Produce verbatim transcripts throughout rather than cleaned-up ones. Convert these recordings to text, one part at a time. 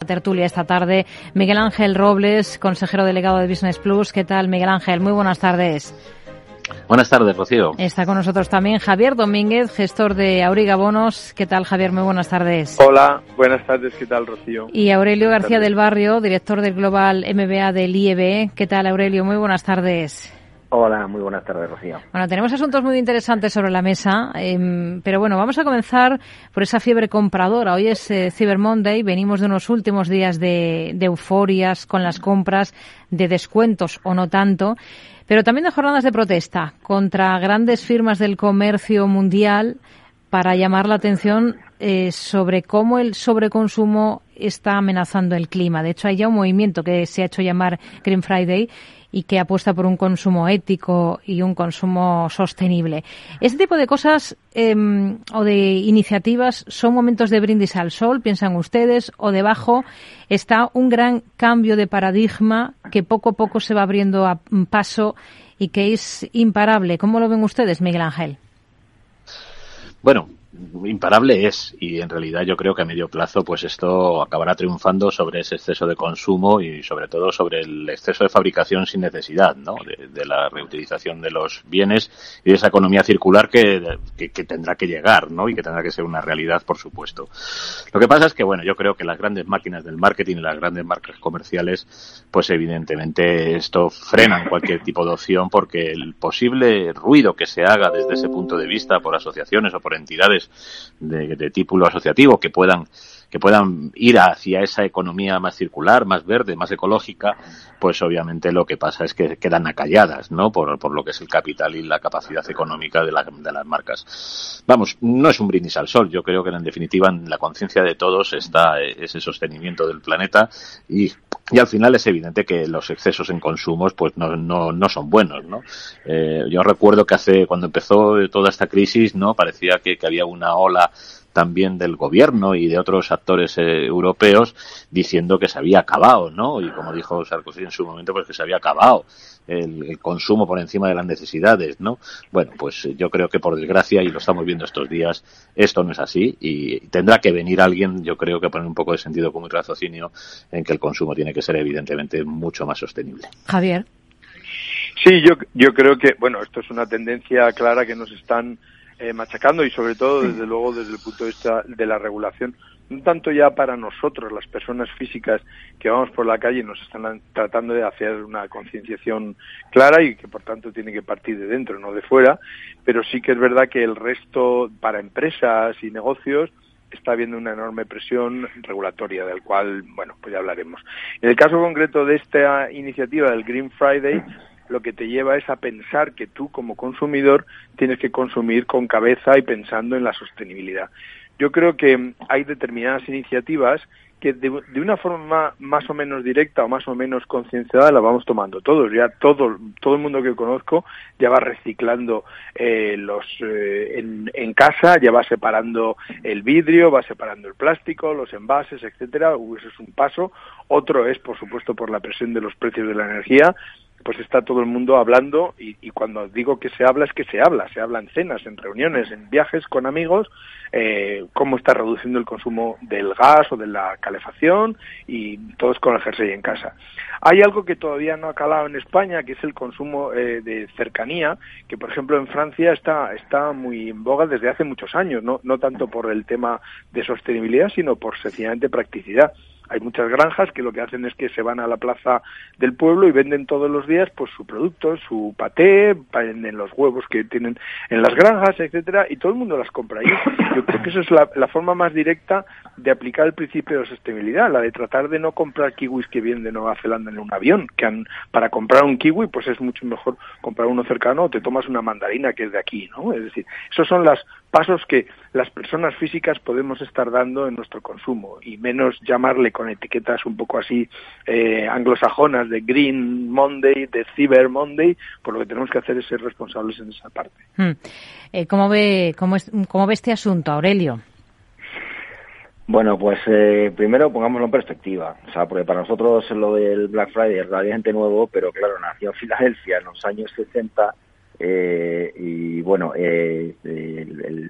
tertulia esta tarde. Miguel Ángel Robles, consejero delegado de Business Plus. ¿Qué tal, Miguel Ángel? Muy buenas tardes. Buenas tardes, Rocío. Está con nosotros también Javier Domínguez, gestor de Auriga Bonos. ¿Qué tal, Javier? Muy buenas tardes. Hola, buenas tardes. ¿Qué tal, Rocío? Y Aurelio García del Barrio, director del Global M B A del I E B. ¿Qué tal, Aurelio? Muy buenas tardes. Hola, muy buenas tardes, Rocío. Bueno, tenemos asuntos muy interesantes sobre la mesa, eh, pero bueno, vamos a comenzar por esa fiebre compradora. Hoy es eh, Cyber Monday, venimos de unos últimos días de, de euforias con las compras, de descuentos o no tanto, pero también de jornadas de protesta contra grandes firmas del comercio mundial para llamar la atención eh, sobre cómo el sobreconsumo está amenazando el clima. De hecho, hay ya un movimiento que se ha hecho llamar Green Friday y que apuesta por un consumo ético y un consumo sostenible. Este tipo de cosas eh, o de iniciativas son momentos de brindis al sol, piensan ustedes, o debajo está un gran cambio de paradigma que poco a poco se va abriendo a paso y que es imparable. ¿Cómo lo ven ustedes, Miguel Ángel? Bueno, imparable es, y en realidad yo creo que a medio plazo pues esto acabará triunfando sobre ese exceso de consumo y sobre todo sobre el exceso de fabricación sin necesidad, ¿no? De, de la reutilización de los bienes y de esa economía circular que, que, que tendrá que llegar, ¿no? Y que tendrá que ser una realidad, por supuesto. Lo que pasa es que, bueno, yo creo que las grandes máquinas del marketing y las grandes marcas comerciales, pues evidentemente esto frenan cualquier tipo de opción porque el posible ruido que se haga desde ese punto de vista por asociaciones o por entidades De, de tipo asociativo que puedan que puedan ir hacia esa economía más circular, más verde, más ecológica, pues obviamente lo que pasa es que quedan acalladas, ¿no? Por, por lo que es el capital y la capacidad económica de, la, de las marcas. Vamos, no es un brindis al sol. Yo creo que en definitiva en la conciencia de todos está ese sostenimiento del planeta y Y al final es evidente que los excesos en consumos pues no no no son buenos, ¿no? Eh, yo recuerdo que hace cuando empezó toda esta crisis, ¿no? Parecía que, que había una ola también del gobierno y de otros actores eh, europeos diciendo que se había acabado, ¿no? Y como dijo Sarkozy en su momento, pues que se había acabado el, el consumo por encima de las necesidades, ¿no? Bueno, pues yo creo que por desgracia, y lo estamos viendo estos días, esto no es así y tendrá que venir alguien, yo creo que poner un poco de sentido común y raciocinio en que el consumo tiene que ser evidentemente mucho más sostenible. Javier. Sí, yo yo creo que, bueno, esto es una tendencia clara que nos están eh, machacando y sobre todo, desde luego, desde el punto de vista de la regulación, no tanto ya para nosotros, las personas físicas que vamos por la calle y nos están tratando de hacer una concienciación clara y que por tanto tiene que partir de dentro, no de fuera, pero sí que es verdad que el resto, para empresas y negocios, está habiendo una enorme presión regulatoria, del cual, bueno, pues ya hablaremos. En el caso concreto de esta iniciativa del Green Friday, lo que te lleva es a pensar que tú como consumidor tienes que consumir con cabeza y pensando en la sostenibilidad. Yo creo que hay determinadas iniciativas que de, de una forma más o menos directa o más o menos concienciada la vamos tomando todos. Ya todo todo el mundo que conozco ya va reciclando eh, los eh, en, en casa, ya va separando el vidrio, va separando el plástico, los envases, etcétera. Eso es un paso. Otro es, por supuesto, por la presión de los precios de la energía. Pues está todo el mundo hablando y, y cuando digo que se habla es que se habla, se habla en cenas, en reuniones, en viajes con amigos, eh, cómo está reduciendo el consumo del gas o de la calefacción y todos con el jersey en casa. Hay algo que todavía no ha calado en España, que es el consumo eh, de cercanía, que por ejemplo en Francia está está muy en boga desde hace muchos años, no no tanto por el tema de sostenibilidad, sino por sencillamente practicidad. Hay muchas granjas que lo que hacen es que se van a la plaza del pueblo y venden todos los días pues su producto, su paté, venden los huevos que tienen en las granjas, etcétera, y todo el mundo las compra ahí. Yo creo que esa es la, la forma más directa de aplicar el principio de sostenibilidad, la de tratar de no comprar kiwis que vienen de Nueva Zelanda en un avión, que han, para comprar un kiwi pues es mucho mejor comprar uno cercano o te tomas una mandarina que es de aquí, ¿no? Es decir, esos son los pasos que las personas físicas podemos estar dando en nuestro consumo y menos llamarle con etiquetas un poco así eh, anglosajonas de Green Monday, de Cyber Monday, por lo que tenemos que hacer es ser responsables en esa parte. Hmm. Eh, ¿Cómo ve cómo, es, cómo ve este asunto, Aurelio? Bueno, pues eh, primero pongámoslo en perspectiva, o sea, porque para nosotros lo del Black Friday es relativamente nuevo, pero claro, nació en Filadelfia en los años sesenta eh, y bueno, eh, el, el, el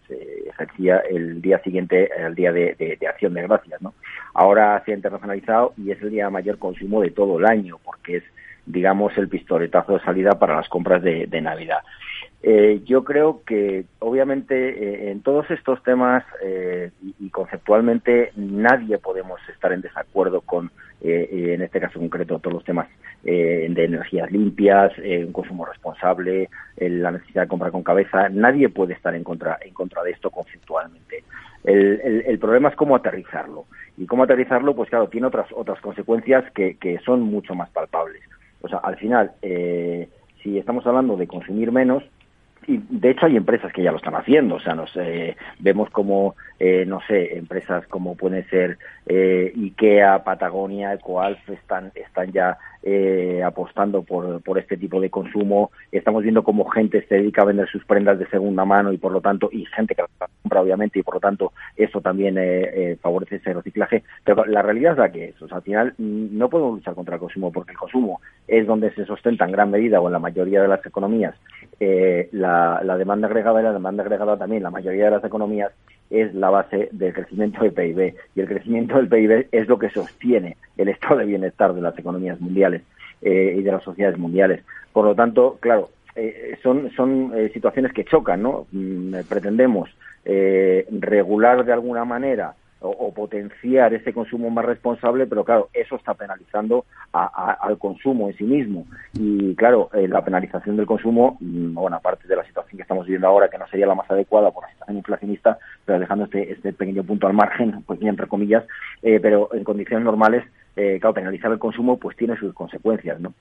se ejercía el día siguiente al día de, de, de Acción de Gracias, ¿no? Ahora se ha internacionalizado y es el día de mayor consumo de todo el año, porque es, digamos, el pistoletazo de salida para las compras de, de Navidad. Eh, yo creo que, obviamente, eh, en todos estos temas eh, y, y conceptualmente nadie podemos estar en desacuerdo con, eh, en este caso concreto, todos los temas eh, de energías limpias, eh, un consumo responsable, eh, la necesidad de comprar con cabeza. Nadie puede estar en contra en contra de esto conceptualmente. El, el, el problema es cómo aterrizarlo. Y cómo aterrizarlo, pues claro, tiene otras otras consecuencias que, que son mucho más palpables. O sea, al final, eh, si estamos hablando de consumir menos, y de hecho hay empresas que ya lo están haciendo, o sea, nos eh, vemos como, eh, no sé, empresas como pueden ser eh, IKEA, Patagonia, Ecoalf, están están ya eh, apostando por, por este tipo de consumo. Estamos viendo cómo gente se dedica a vender sus prendas de segunda mano y por lo tanto, y gente que las compra obviamente, y por lo tanto eso también eh, eh, favorece ese reciclaje. Pero la realidad es la que es, o sea, al final no podemos luchar contra el consumo porque el consumo es donde se sustenta en gran medida o en la mayoría de las economías eh, la, la demanda agregada, y la demanda agregada también la mayoría de las economías es la base del crecimiento del P I B, y el crecimiento del P I B es lo que sostiene el estado de bienestar de las economías mundiales eh, y de las sociedades mundiales. Por lo tanto, claro, eh, son son eh, situaciones que chocan, ¿no? Mm, pretendemos eh, regular de alguna manera o, o potenciar ese consumo más responsable, pero claro, eso está penalizando a, a, al consumo en sí mismo. Y claro, eh, la penalización del consumo, bueno, aparte de la situación que estamos viviendo ahora, que no sería la más adecuada por la situación inflacionista, pero dejando este, este pequeño punto al margen, pues bien, entre comillas, eh, pero en condiciones normales, eh, claro, penalizar el consumo pues tiene sus consecuencias, ¿no?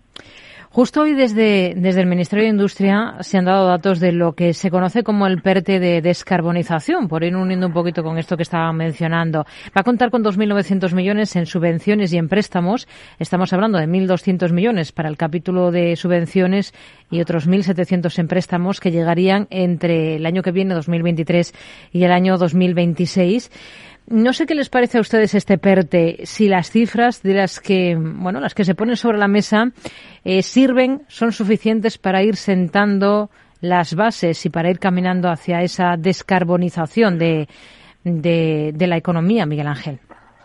Justo hoy desde, desde el Ministerio de Industria se han dado datos de lo que se conoce como el PERTE de descarbonización, por ir uniendo un poquito con esto que estaba mencionando. Va a contar con dos mil novecientos millones en subvenciones y en préstamos. Estamos hablando de mil doscientos millones para el capítulo de subvenciones y otros mil setecientos en préstamos que llegarían entre el año que viene, dos mil veintitrés, y el año dos mil veintiséis. No sé qué les parece a ustedes este PERTE, si las cifras de las que, bueno, las que se ponen sobre la mesa eh, sirven, son suficientes para ir sentando las bases y para ir caminando hacia esa descarbonización de, de, de la economía, Miguel Ángel.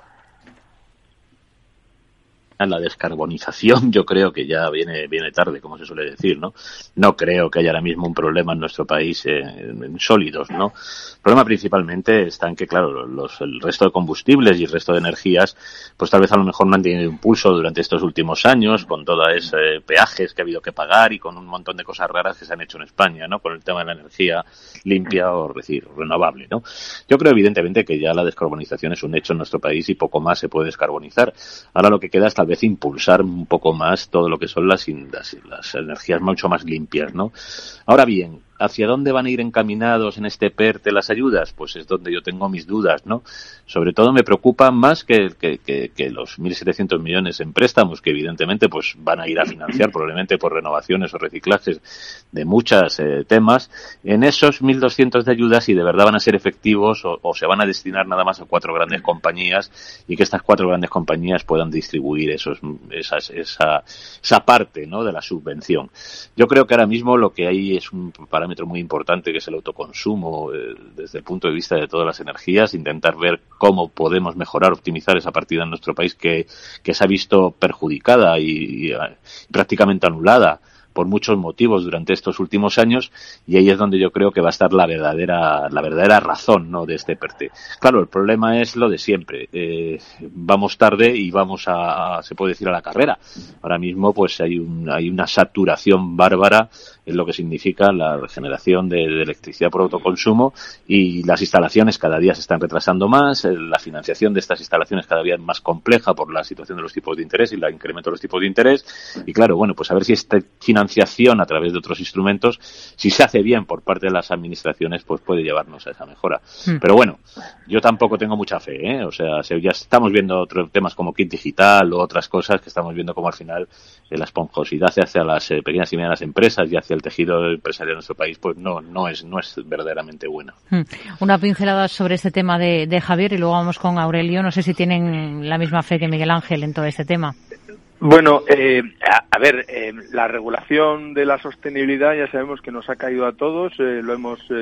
La descarbonización yo creo que ya viene viene tarde, como se suele decir, ¿no? No creo que haya ahora mismo un problema en nuestro país eh, en sólidos, ¿no? El problema principalmente está en que, claro, los, el resto de combustibles y el resto de energías, pues tal vez a lo mejor no han tenido impulso durante estos últimos años, con todos esos eh, peajes que ha habido que pagar y con un montón de cosas raras que se han hecho en España, ¿no? Con el tema de la energía limpia o decir, renovable, ¿no? Yo creo evidentemente que ya la descarbonización es un hecho en nuestro país y poco más se puede descarbonizar. Ahora lo que queda es tal vez impulsar un poco más todo lo que son las, las, las energías mucho más limpias, ¿no? Ahora bien, ¿hacia dónde van a ir encaminados en este PERTE las ayudas? Pues es donde yo tengo mis dudas, ¿no? Sobre todo me preocupa más que, que, que, que los mil setecientos millones en préstamos, que evidentemente pues van a ir a financiar probablemente por renovaciones o reciclajes de muchos eh, temas. En esos mil doscientos de ayudas, si de verdad van a ser efectivos o, o se van a destinar nada más a cuatro grandes compañías y que estas cuatro grandes compañías puedan distribuir esos, esas, esa, esa parte, ¿no? De la subvención. Yo creo que ahora mismo lo que hay es un parámetro muy importante, que es el autoconsumo eh, desde el punto de vista de todas las energías, intentar ver cómo podemos mejorar, optimizar esa partida en nuestro país que, que se ha visto perjudicada y, y, y prácticamente anulada por muchos motivos durante estos últimos años, y ahí es donde yo creo que va a estar la verdadera la verdadera razón, ¿no?, de este PERTE. Claro, el problema es lo de siempre. Eh, vamos tarde y vamos a, a, se puede decir, a la carrera. Ahora mismo pues hay, un, hay una saturación bárbara en lo que significa la generación de, de electricidad por autoconsumo, y las instalaciones cada día se están retrasando más, la financiación de estas instalaciones cada día es más compleja por la situación de los tipos de interés y el incremento de los tipos de interés, y claro, bueno, pues a ver si esta financiación a través de otros instrumentos, si se hace bien por parte de las administraciones, pues puede llevarnos a esa mejora. Mm. Pero bueno, yo tampoco tengo mucha fe, ¿eh? O sea, ya estamos viendo otros temas como kit digital o otras cosas que estamos viendo como al final eh, la esponjosidad hacia las eh, pequeñas y medianas empresas y hacia el tejido empresarial de nuestro país, pues no no es no es verdaderamente buena. Una pincelada sobre este tema de, de Javier y luego vamos con Aurelio. No sé si tienen la misma fe que Miguel Ángel en todo este tema. Bueno, eh, a, a ver, eh, la regulación de la sostenibilidad ya sabemos que nos ha caído a todos, eh, lo hemos eh,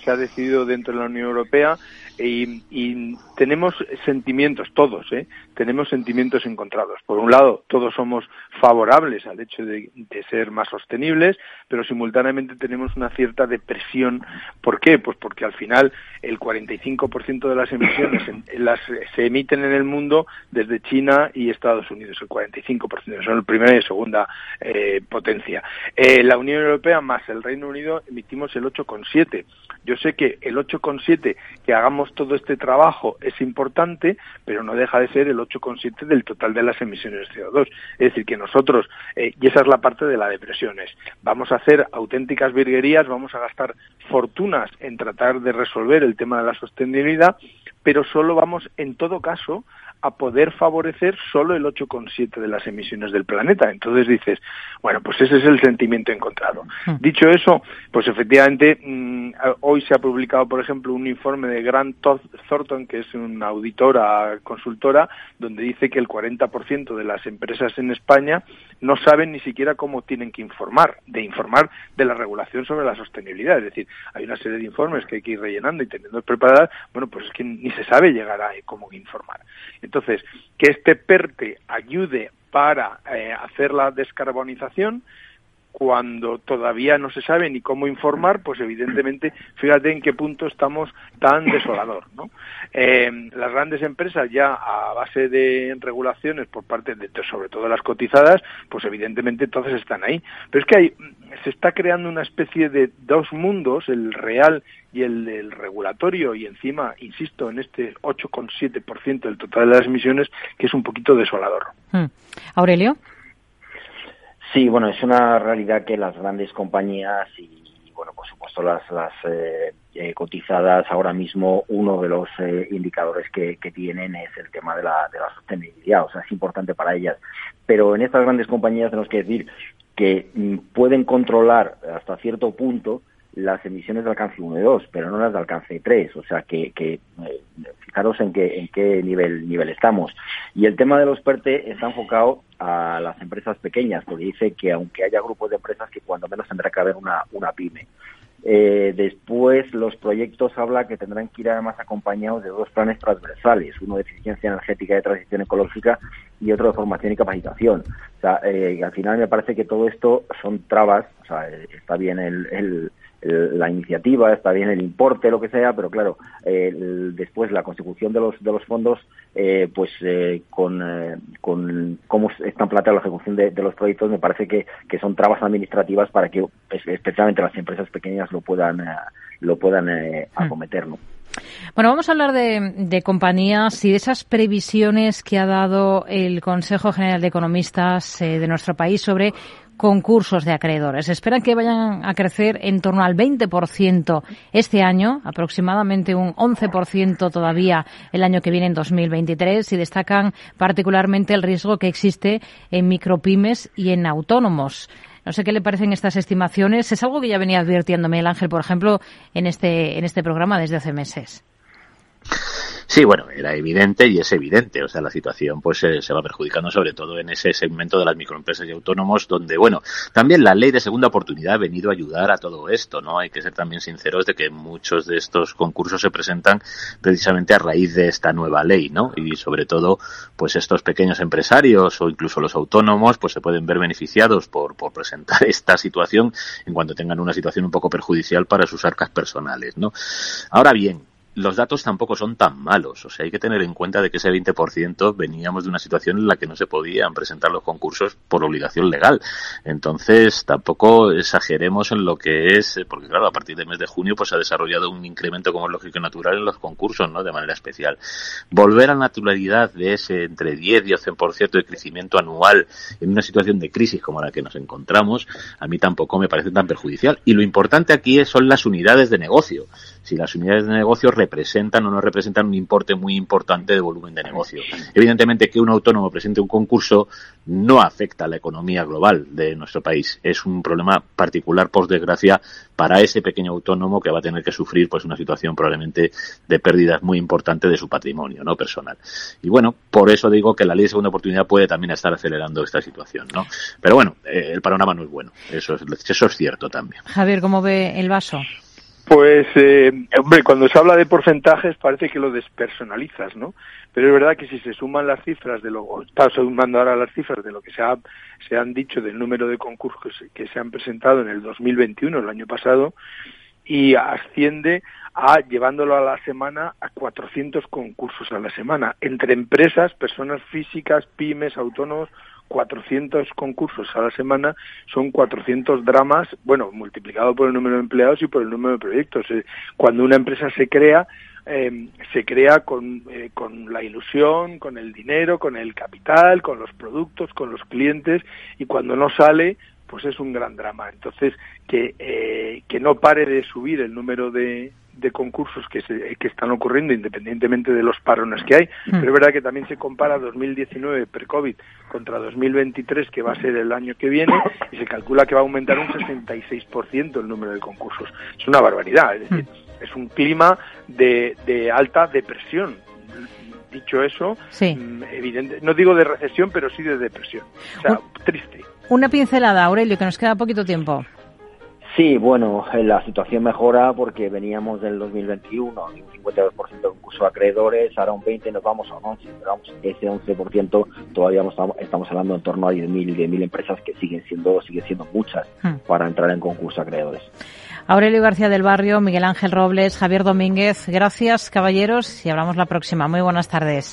se ha decidido dentro de la Unión Europea y, y tenemos sentimientos, todos, ¿eh? Tenemos sentimientos encontrados. Por un lado, todos somos favorables al hecho de, de ser más sostenibles, pero simultáneamente tenemos una cierta depresión. ¿Por qué? Pues porque al final el cuarenta y cinco por ciento de las emisiones en, en las, se emiten en el mundo desde China y Estados Unidos, el cuarenta y cinco por ciento, son la primera y segunda eh, potencia. Eh, la Unión Europea más el Reino Unido emitimos el ocho coma siete. Yo sé que el ocho coma siete, que hagamos todo este trabajo, es importante, pero no deja de ser el ocho coma siete del total de las emisiones de C O dos. Es decir, que nosotros, eh, y esa es la parte de la depresión, es, vamos a hacer auténticas virguerías, vamos a gastar fortunas en tratar de resolver el tema de la sostenibilidad, pero solo vamos, en todo caso, a poder favorecer solo el ocho coma siete de las emisiones del planeta. Entonces dices, bueno, pues ese es el sentimiento encontrado. Mm. Dicho eso, pues efectivamente, mmm, hoy se ha publicado, por ejemplo, un informe de Grant Thornton, que es una auditora, consultora, donde dice que el cuarenta por ciento de las empresas en España no saben ni siquiera cómo tienen que informar, de informar de la regulación sobre la sostenibilidad. Es decir, hay una serie de informes que hay que ir rellenando y teniendo preparadas, bueno, pues es que ni se sabe llegar a cómo informar. Entonces, que este PERTE ayude para eh, hacer la descarbonización, cuando todavía no se sabe ni cómo informar, pues evidentemente, fíjate en qué punto estamos tan desolador, ¿no? Eh, las grandes empresas ya a base de regulaciones por parte de, sobre todo las cotizadas, pues evidentemente entonces están ahí. Pero es que hay, se está creando una especie de dos mundos, el real y el, el regulatorio, y encima, insisto, en este ocho coma siete por ciento del total de las emisiones, que es un poquito desolador. Hmm. Aurelio. Sí, bueno, es una realidad que las grandes compañías y, bueno, por supuesto, las, las eh, eh, cotizadas ahora mismo, uno de los eh, indicadores que, que tienen es el tema de la, de la sostenibilidad, o sea, es importante para ellas. Pero en estas grandes compañías tenemos que decir que mm, pueden controlar hasta cierto punto las emisiones de alcance uno y dos, pero no las de alcance tres, o sea que, que eh, fijaros en qué en qué nivel nivel estamos. Y el tema de los PERTE está enfocado a las empresas pequeñas, porque dice que aunque haya grupos de empresas, que cuando menos tendrá que haber una una pyme. Eh, después, los proyectos habla que tendrán que ir además acompañados de dos planes transversales, uno de eficiencia energética y de transición ecológica y otro de formación y capacitación. O sea, eh, al final me parece que todo esto son trabas, o sea, está bien el, el la iniciativa, está bien el importe, lo que sea, pero claro, eh, el, después la consecución de los de los fondos, eh, pues eh, con, eh, con cómo están planteados la ejecución de, de los proyectos, me parece que, que son trabas administrativas para que especialmente las empresas pequeñas lo puedan eh, lo puedan eh, acometer, ¿no? Bueno, vamos a hablar de, de compañías y de esas previsiones que ha dado el Consejo General de Economistas eh, de nuestro país sobre concursos de acreedores. Esperan que vayan a crecer en torno al veinte por ciento este año, aproximadamente un once por ciento todavía el año que viene, en dos mil veintitrés, y destacan particularmente el riesgo que existe en micropymes y en autónomos. No sé qué le parecen estas estimaciones. Es algo que ya venía advirtiendo Miguel Ángel, por ejemplo, en este en este programa desde hace meses. Sí, bueno, era evidente y es evidente, o sea, la situación pues eh, se va perjudicando sobre todo en ese segmento de las microempresas y autónomos donde, bueno, también la ley de segunda oportunidad ha venido a ayudar a todo esto, ¿no? Hay que ser también sinceros de que muchos de estos concursos se presentan precisamente a raíz de esta nueva ley, ¿no? Y sobre todo, pues estos pequeños empresarios o incluso los autónomos pues se pueden ver beneficiados por, por presentar esta situación en cuanto tengan una situación un poco perjudicial para sus arcas personales, ¿no? Ahora bien, los datos tampoco son tan malos, o sea, hay que tener en cuenta de que ese veinte por ciento veníamos de una situación en la que no se podían presentar los concursos por obligación legal. Entonces, tampoco exageremos en lo que es, porque claro, a partir del mes de junio pues se ha desarrollado un incremento como es lógico y natural en los concursos, ¿no? De manera especial. Volver a la naturalidad de ese entre diez y once por ciento de crecimiento anual en una situación de crisis como la que nos encontramos, a mí tampoco me parece tan perjudicial. Y lo importante aquí es, son las unidades de negocio. Si las unidades de negocio representan o no representan un importe muy importante de volumen de negocio. Evidentemente que un autónomo presente un concurso no afecta a la economía global de nuestro país. Es un problema particular, por desgracia, para ese pequeño autónomo que va a tener que sufrir pues una situación probablemente de pérdidas muy importante de su patrimonio, ¿no? Personal. Y bueno, por eso digo que la ley de segunda oportunidad puede también estar acelerando esta situación, ¿no? Pero bueno, eh, el panorama no es bueno. Eso es, eso es cierto también. Javier, ¿cómo ve el vaso? Pues, eh, hombre, cuando se habla de porcentajes parece que lo despersonalizas, ¿no? Pero es verdad que si se suman las cifras de lo, está sumando ahora las cifras de lo que se, ha, se han dicho del número de concursos que se han presentado en el dos mil veintiuno, el año pasado, y asciende a, llevándolo a la semana, a cuatrocientos concursos a la semana, entre empresas, personas físicas, pymes, autónomos, cuatrocientos concursos a la semana, son cuatrocientos dramas, bueno, multiplicado por el número de empleados y por el número de proyectos. Cuando una empresa se crea, eh, se crea con, eh, con la ilusión, con el dinero, con el capital, con los productos, con los clientes, y cuando no sale, pues es un gran drama. Entonces, que eh, que no pare de subir el número de, de concursos que se, que están ocurriendo, independientemente de los parones que hay. Mm. Pero es verdad que también se compara dos mil diecinueve pre-COVID contra dos mil veintitrés, que va a ser el año que viene, y se calcula que va a aumentar un sesenta y seis por ciento el número de concursos. Es una barbaridad, es decir, mm. es un clima de, de alta depresión. Dicho eso, sí. evidente, no digo de recesión, pero sí de depresión. O sea, un, triste. Una pincelada, Aurelio, que nos queda poquito tiempo. Sí, bueno, la situación mejora porque veníamos del dos mil veintiuno de un cincuenta y dos por ciento de concurso de acreedores, ahora un veinte por ciento, nos vamos a un once por ciento, pero vamos, ese once por ciento todavía estamos, estamos hablando en torno a diez mil empresas que siguen siendo siguen siendo muchas hmm. para entrar en concurso de acreedores. Aurelio García del Barrio, Miguel Ángel Robles, Javier Domínguez, gracias, caballeros, y hablamos la próxima. Muy buenas tardes.